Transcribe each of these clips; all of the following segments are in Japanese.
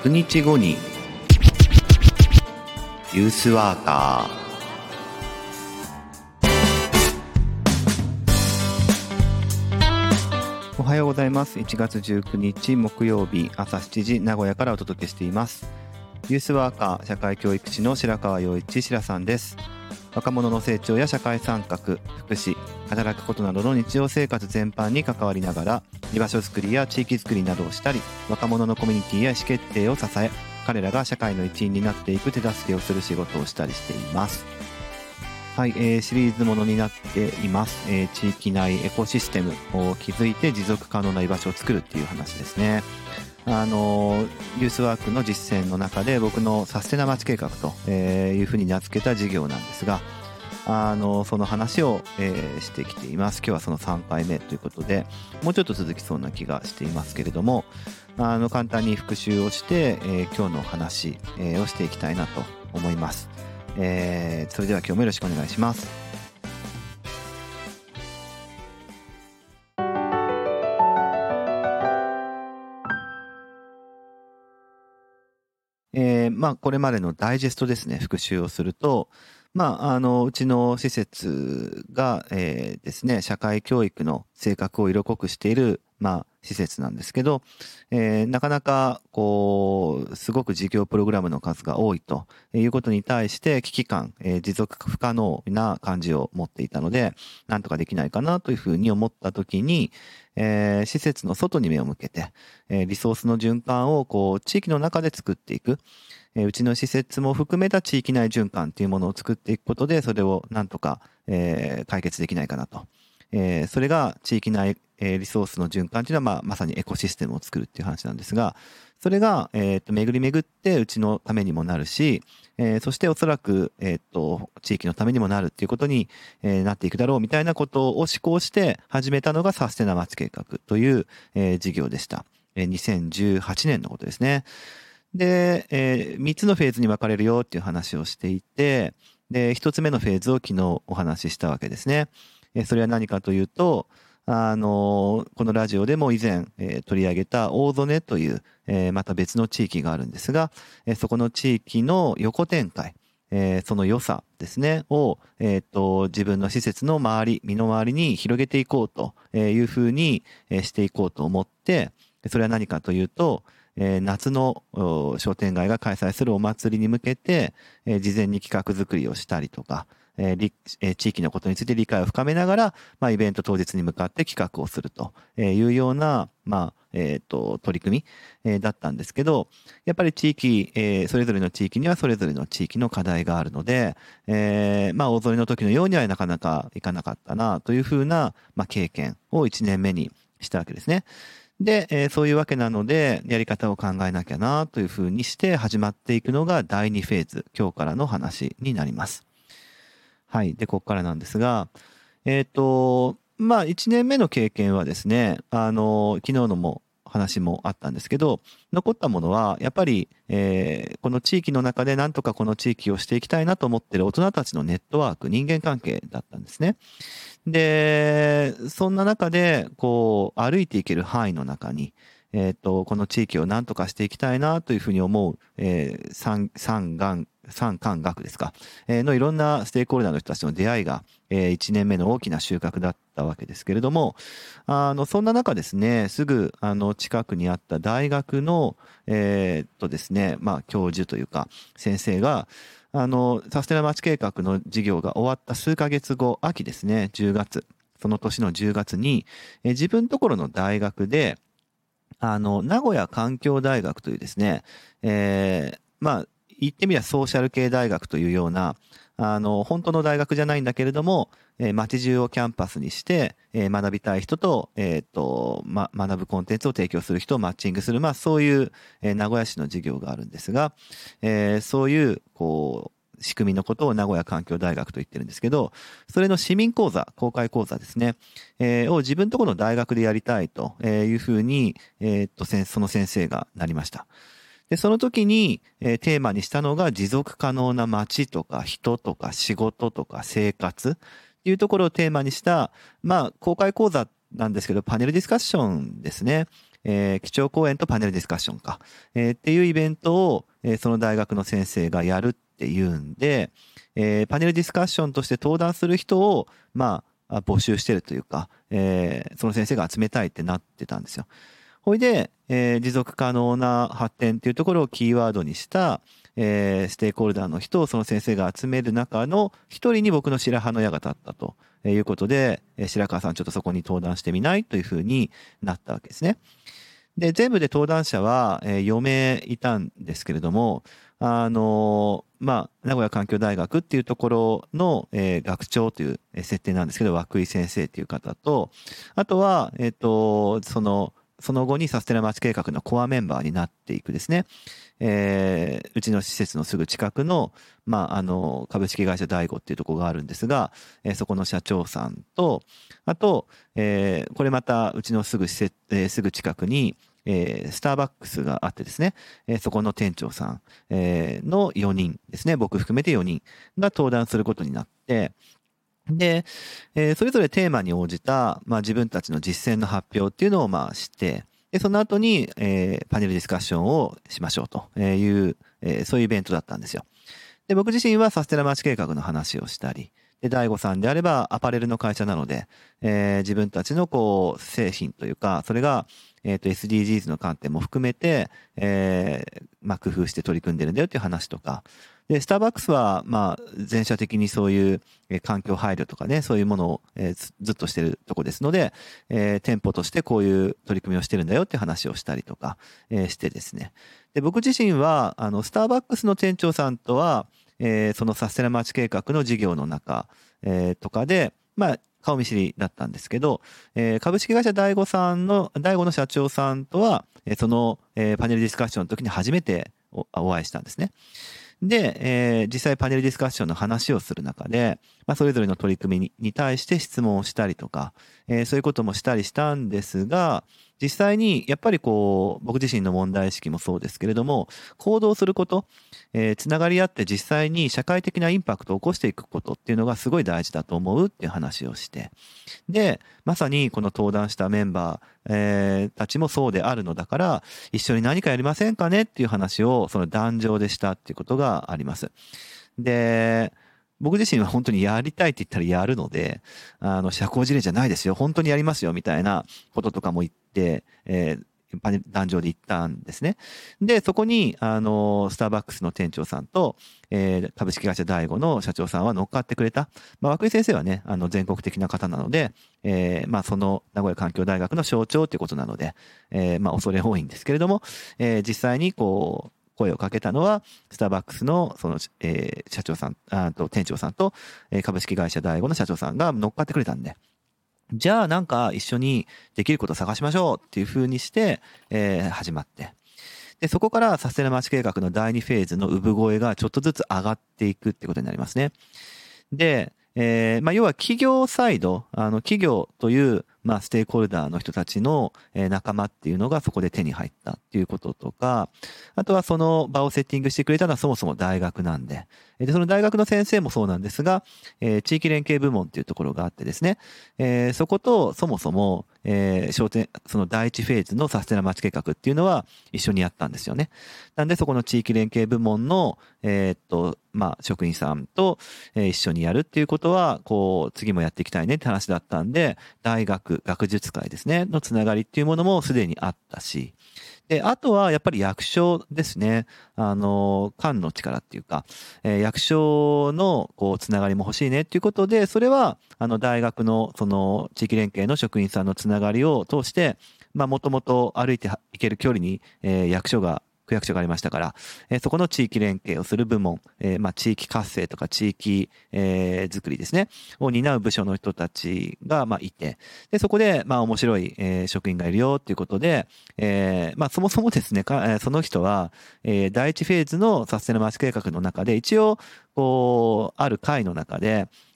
100日後にユースワーカー。おはようございます。1月19日木曜日朝7時、名古屋からお届けしています。ユースワーカー社会教育士の白川陽一白さんです。若者の成長や社会参画、福祉、働くことなどの日常生活全般に関わりながら、居場所づくりや地域づくりなどをしたり、若者のコミュニティや意思決定を支え、彼らが社会の一員になっていく手助けをする仕事をしたりしています。はい、シリーズものになっています。地域内エコシステムを築いて持続可能な居場所を作るっていう話ですね。ユースワークの実践の中で僕のサステナ街計画というふうに名付けた事業なんですが、その話をしてきています。今日はその3回目ということで、もうちょっと続きそうな気がしていますけれども、簡単に復習をして、今日の話、をしていきたいなと思います。それでは今日もよろしくお願いします。これまでのダイジェストですね、復習をすると、うちの施設が、ですね、社会教育の性格を色濃くしている、施設なんですけど、なかなか、すごく事業プログラムの数が多いということに対して危機感、持続不可能な感じを持っていたので、なんとかできないかなというふうに思ったときに、施設の外に目を向けて、リソースの循環を地域の中で作っていく。うちの施設も含めた地域内循環というものを作っていくことで、それをなんとか、解決できないかなと。それが地域内、リソースの循環というのは、まさにエコシステムを作るっていう話なんですが、それが、巡り巡ってうちのためにもなるし、そしておそらく、地域のためにもなるっていうことに、なっていくだろうみたいなことを思考して始めたのがサステナ街計画という、事業でした。2018年のことですね。で、3つのフェーズに分かれるよっていう話をしていて、で、1つ目のフェーズを昨日お話ししたわけですね。それは何かというと、このラジオでも以前、取り上げた大曽根という、また別の地域があるんですが、そこの地域の横展開、その良さですね、を、自分の施設の身の回りに広げていこうというふうにしていこうと思って、それは何かというと、夏の商店街が開催するお祭りに向けて、事前に企画作りをしたりとか、地域のことについて理解を深めながら、イベント当日に向かって企画をするというような、取り組み、だったんですけど、やっぱり地域、それぞれの地域にはそれぞれの地域の課題があるので、大曽根の時のようにはなかなかいかなかったなというふうな、経験を1年目にしたわけですね。で、そういうわけなので、やり方を考えなきゃなというふうにして始まっていくのが第2フェーズ、今日からの話になります。はい。で、ここからなんですが、1年目の経験はですね、昨日のも話もあったんですけど、残ったものは、やっぱり、この地域の中でなんとかこの地域をしていきたいなと思っている大人たちのネットワーク、人間関係だったんですね。で、そんな中で、歩いていける範囲の中に、この地域を何とかしていきたいなというふうに思う、産官学ですか、のいろんなステークホルダーの人たちの出会いが、1年目の大きな収穫だったわけですけれども、そんな中ですね、すぐ、近くにあった大学の、ですね、教授というか、先生が、サステナ街計画の事業が終わった数ヶ月後、秋ですね、10月、その年の10月に、自分のところの大学で、名古屋環境大学というですね、言ってみればソーシャル系大学というような、本当の大学じゃないんだけれども、街中をキャンパスにして、学びたい人と、学ぶコンテンツを提供する人をマッチングする、そういう、名古屋市の事業があるんですが、そういう、仕組みのことを名古屋環境大学と言ってるんですけど、それの市民講座、公開講座ですね、を自分のところの大学でやりたいというふうに、その先生がなりました。で、その時に、テーマにしたのが持続可能な街とか人とか仕事とか生活っていうところをテーマにした、公開講座なんですけど、パネルディスカッションですね。 基調講演とパネルディスカッションか、っていうイベントを、その大学の先生がやるっていうんで、パネルディスカッションとして登壇する人を、募集してるというか、その先生が集めたいってなってたんですよ。ほいで、持続可能な発展っていうところをキーワードにした、ステークホルダーの人をその先生が集める中の一人に僕の白羽の矢が立ったということで、白川さんちょっとそこに登壇してみないというふうになったわけですね。で、全部で登壇者は、4名いたんですけれども、名古屋環境大学っていうところの、学長という設定なんですけど、涌井先生という方と、あとは、その後にサステナ町計画のコアメンバーになっていくですね。うちの施設のすぐ近くの、株式会社大悟っていうところがあるんですが、そこの社長さんと、あと、これまたうちのすぐ近くに、スターバックスがあってですね、そこの店長さん、の4人ですね、僕含めて4人が登壇することになって、で、それぞれテーマに応じた、自分たちの実践の発表っていうのをして、で、その後に、パネルディスカッションをしましょうという、そういうイベントだったんですよ。で、僕自身はサステナ町計画の話をしたり、で、大悟さんであればアパレルの会社なので、自分たちの製品というか、それが、SDGs の観点も含めて、工夫して取り組んでるんだよっていう話とか、で、スターバックスは、全社的にそういう環境配慮とかね、そういうものを、ずっとしてるとこですので、店舗としてこういう取り組みをしてるんだよって話をしたりとか、してですね。で、僕自身は、スターバックスの店長さんとは、そのサステナ町計画の事業の中、とかで、顔見知りだったんですけど、株式会社大悟の社長さんとは、その、パネルディスカッションの時に初めてお会いしたんですね。で、実際パネルディスカッションの話をする中で、それぞれの取り組みに対して質問をしたりとか、そういうこともしたりしたんですが、実際にやっぱり僕自身の問題意識もそうですけれども、行動すること、つながり合って実際に社会的なインパクトを起こしていくことっていうのがすごい大事だと思うっていう話をして、で、まさにこの登壇したメンバー、たちもそうであるのだから、一緒に何かやりませんかねっていう話をその壇上でしたっていうことがあります。で、僕自身は本当にやりたいって言ったらやるので、社交辞令じゃないですよ。本当にやりますよ。みたいなこととかも言って、壇上で言ったんですね。で、そこに、スターバックスの店長さんと、株式会社大悟の社長さんは乗っかってくれた。涌井先生はね、全国的な方なので、その名古屋環境大学の象徴ということなので、恐れ多いんですけれども、実際に声をかけたのは、スターバックスの、社長さん、店長さんと、株式会社大悟の社長さんが乗っかってくれたんで、じゃあなんか一緒にできることを探しましょうっていう風にして、始まって。で、そこからサステナ町計画の第2フェーズの産声がちょっとずつ上がっていくってことになりますね。で、要は企業サイド、企業という、ステークホルダーの人たちの、仲間っていうのがそこで手に入ったっていうこととか、あとはその場をセッティングしてくれたのはそもそも大学なんで、で、その大学の先生もそうなんですが、地域連携部門っていうところがあってですね、そことそもそも、その第一フェーズのサステナ町計画っていうのは一緒にやったんですよね。なんでそこの地域連携部門の、職員さんと、一緒にやるっていうことは、次もやっていきたいねって話だったんで、大学、学術会ですね、のつながりっていうものもすでにあったし、で、あとはやっぱり役所ですね。官の力っていうか、役所のつながりも欲しいねっていうことで、それは大学のその地域連携の職員さんのつながりを通して、もともと歩いて行ける距離に、区役所がありましたから、そこの地域連携をする部門、地域活性とか地域、づくりですね、を担う部署の人たちが、いて、で、そこで、面白い、職員がいるよっていうことで、そもそもですね、その人は、第一フェーズのサステナ町計画の中で、一応、ある会の中で、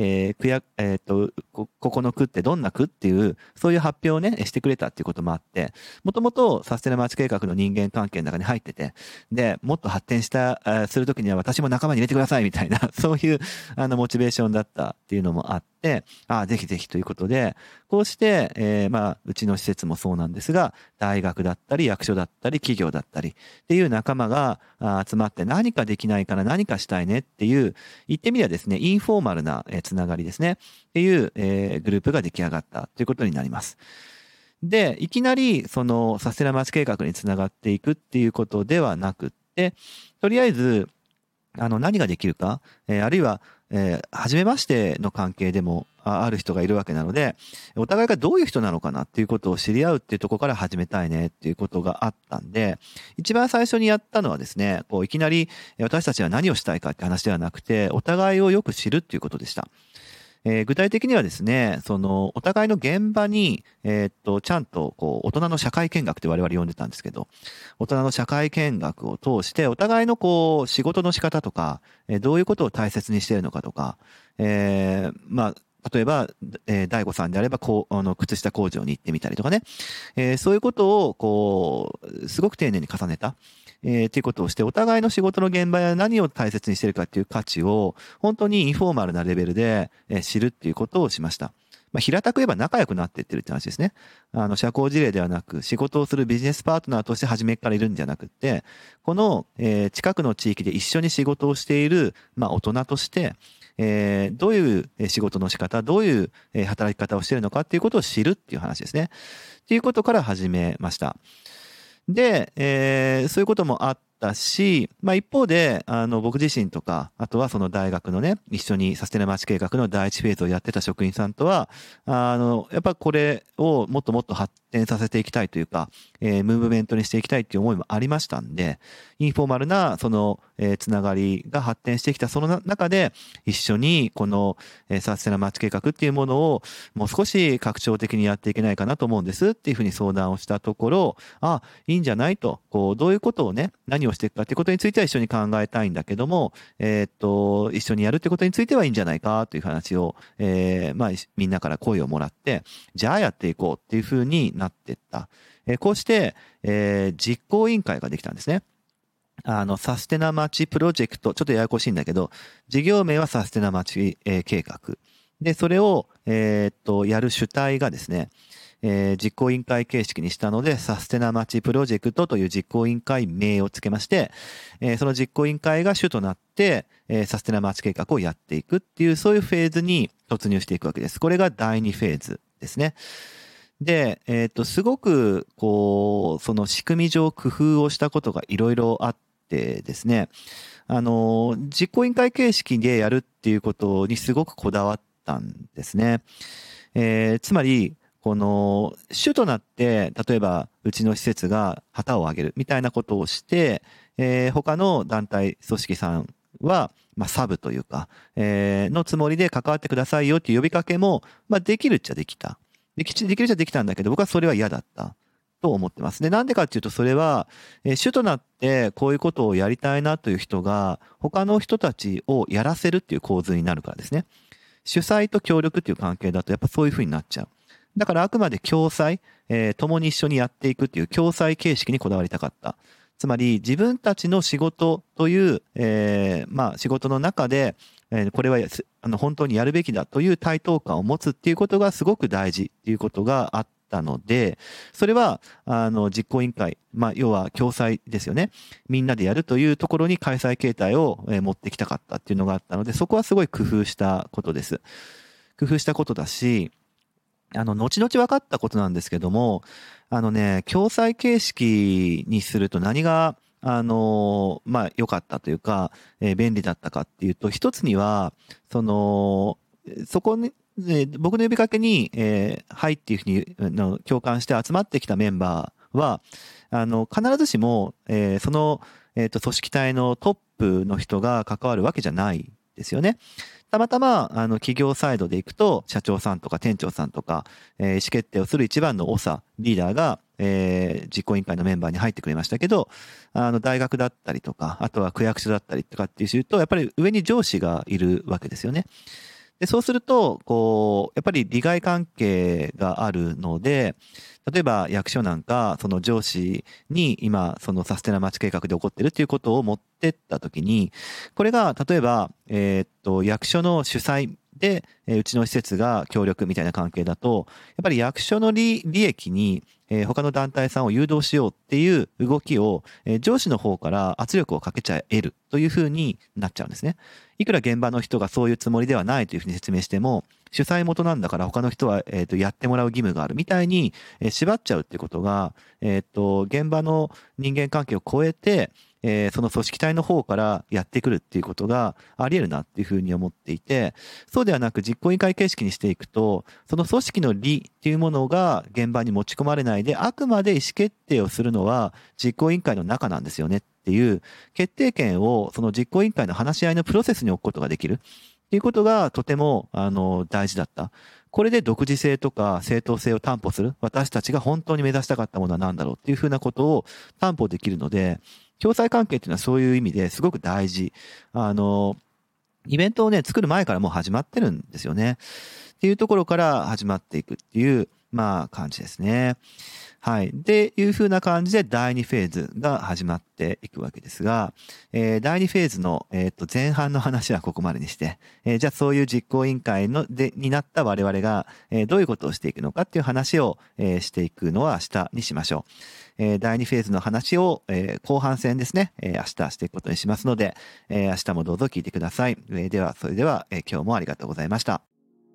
ここの区ってどんな区っていう、そういう発表をね、してくれたっていうこともあって、もともとサステナ街計画の人間関係の中に入ってて、で、もっと発展するときには私も仲間に入れてくださいみたいな、そういう、モチベーションだったっていうのもあって、ぜひぜひということで、こうして、うちの施設もそうなんですが、大学だったり、役所だったり、企業だったりっていう仲間が集まって何かできないから何かしたいねっていう、言ってみればですね、インフォーマルなつながりですね、っていう、グループが出来上がったということになります。で、いきなり、その、サステナ街計画につながっていくっていうことではなくって、とりあえず、何ができるか、あるいは、初めましての関係でもある人がいるわけなので、お互いがどういう人なのかなっていうことを知り合うっていうところから始めたいねっていうことがあったんで、一番最初にやったのはですね、こういきなり私たちは何をしたいかって話ではなくて、お互いをよく知るっていうことでした。具体的にはですね、その、お互いの現場に、ちゃんと、こう、大人の社会見学って我々呼んでたんですけど、大人の社会見学を通して、お互いのこう、仕事の仕方とか、どういうことを大切にしているのかとか、例えば、大悟さんであれば、靴下工場に行ってみたりとかね、そういうことを、こう、すごく丁寧に重ねた。っていうことをして、お互いの仕事の現場や何を大切にしているかっていう価値を、本当にインフォーマルなレベルで知るっていうことをしました。平たく言えば仲良くなっていってるって話ですね。社交辞令ではなく、仕事をするビジネスパートナーとして初めからいるんじゃなくて、この、近くの地域で一緒に仕事をしている、大人として、どういう仕事の仕方、どういう働き方をしているのかっていうことを知るっていう話ですね。っていうことから始めました。で、そういうこともあったし、一方で、僕自身とか、あとはその大学のね、一緒にサステナ街計画の第一フェーズをやってた職員さんとは、やっぱこれをもっともっと発展させていきたいというか、ムーブメントにしていきたいっていう思いもありましたんで、インフォーマルな、その、つながりが発展してきた、その中で、一緒に、この、サステナ街計画っていうものを、もう少し拡張的にやっていけないかなと思うんですっていうふうに相談をしたところ、いいんじゃないと、こう、どういうことをね、何をしていくかっていうことについては一緒に考えたいんだけども、一緒にやるってことについてはいいんじゃないかという話を、みんなから声をもらって、じゃあやっていこうっていうふうになっていった。こうして、実行委員会ができたんですね。サステナ街プロジェクト、ちょっとややこしいんだけど、事業名はサステナ街、計画。で、それを、やる主体がですね、実行委員会形式にしたので、サステナ街プロジェクトという実行委員会名をつけまして、その実行委員会が主となって、サステナ街計画をやっていくっていう、そういうフェーズに突入していくわけです。これが第2フェーズですね。で、すごく、こう、その仕組み上工夫をしたことがいろいろあってですね、実行委員会形式でやるっていうことにすごくこだわったんですね。つまり、この、主となって、例えば、うちの施設が旗を上げるみたいなことをして、他の団体、組織さんは、サブというか、のつもりで関わってくださいよっていう呼びかけも、できるっちゃできた。できるっちゃできたんだけど、僕はそれは嫌だったと思ってます。で、なんでかっていうと、それは、主となってこういうことをやりたいなという人が、他の人たちをやらせるっていう構図になるからですね。主催と協力っていう関係だと、やっぱそういうふうになっちゃう。だからあくまで共催、共に一緒にやっていくっていう共催形式にこだわりたかった。つまり自分たちの仕事という、仕事の中で、これは本当にやるべきだという対等感を持つっていうことがすごく大事っていうことがあったので、それは、実行委員会、要は共催ですよね。みんなでやるというところに開催形態を持ってきたかったっていうのがあったので、そこはすごい工夫したことです。工夫したことだし、後々分かったことなんですけども、共済形式にすると何が、良かったというか、便利だったかっていうと、一つには、そこに、僕の呼びかけに、はいっていうふうに共感して集まってきたメンバーは、必ずしも、その、組織体のトップの人が関わるわけじゃないですよね。たまたま、企業サイドで行くと、社長さんとか店長さんとか、意思決定をする一番の長、リーダーが、実行委員会のメンバーに入ってくれましたけど、大学だったりとか、あとは区役所だったりとかっていうと、やっぱり上に上司がいるわけですよね。 で、そうすると、やっぱり利害関係があるので、例えば役所なんか、その上司に今、そのサステナ町計画で起こってるっていうことを持ってったときに、これが、例えば、役所の主催で、うちの施設が協力みたいな関係だと、やっぱり役所の利益に、他の団体さんを誘導しようっていう動きを、上司の方から圧力をかけちゃえるというふうになっちゃうんですね。いくら現場の人がそういうつもりではないというふうに説明しても、主催元なんだから他の人は、やってもらう義務があるみたいに、縛っちゃうっていうことが、現場の人間関係を超えて、その組織体の方からやってくるっていうことがあり得るなっていうふうに思っていて、そうではなく実行委員会形式にしていくと、その組織の利っていうものが現場に持ち込まれないで、あくまで意思決定をするのは実行委員会の中なんですよねっていう決定権をその実行委員会の話し合いのプロセスに置くことができるっていうことがとても大事だった。これで独自性とか正当性を担保する、私たちが本当に目指したかったものは何だろうっていうふうなことを担保できるので、共済関係っていうのはそういう意味ですごく大事。イベントをね、作る前からもう始まってるんですよね。っていうところから始まっていくっていう、感じですね。はい。で、いう風な感じで第2フェーズが始まっていくわけですが、第2フェーズの、前半の話はここまでにして、じゃあそういう実行委員会になった我々が、どういうことをしていくのかっていう話を、していくのは明日にしましょう。第2フェーズの話を、後半戦ですね、明日していくことにしますので、明日もどうぞ聞いてください。では、それでは、今日もありがとうございました。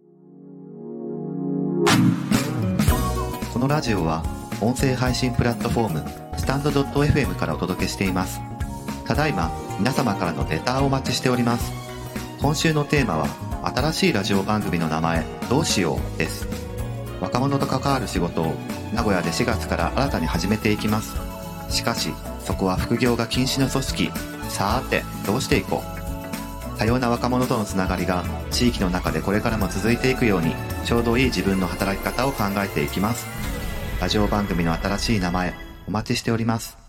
このラジオは音声配信プラットフォームスタンド .fm からお届けしています。ただいま皆様からのレターをお待ちしております。今週のテーマは新しいラジオ番組の名前どうしようです。若者と関わる仕事を名古屋で4月から新たに始めていきます。しかしそこは副業が禁止の組織。さーてどうしていこう。多様な若者とのつながりが地域の中でこれからも続いていくようにちょうどいい自分の働き方を考えていきます。ラジオ番組の新しい名前お待ちしております。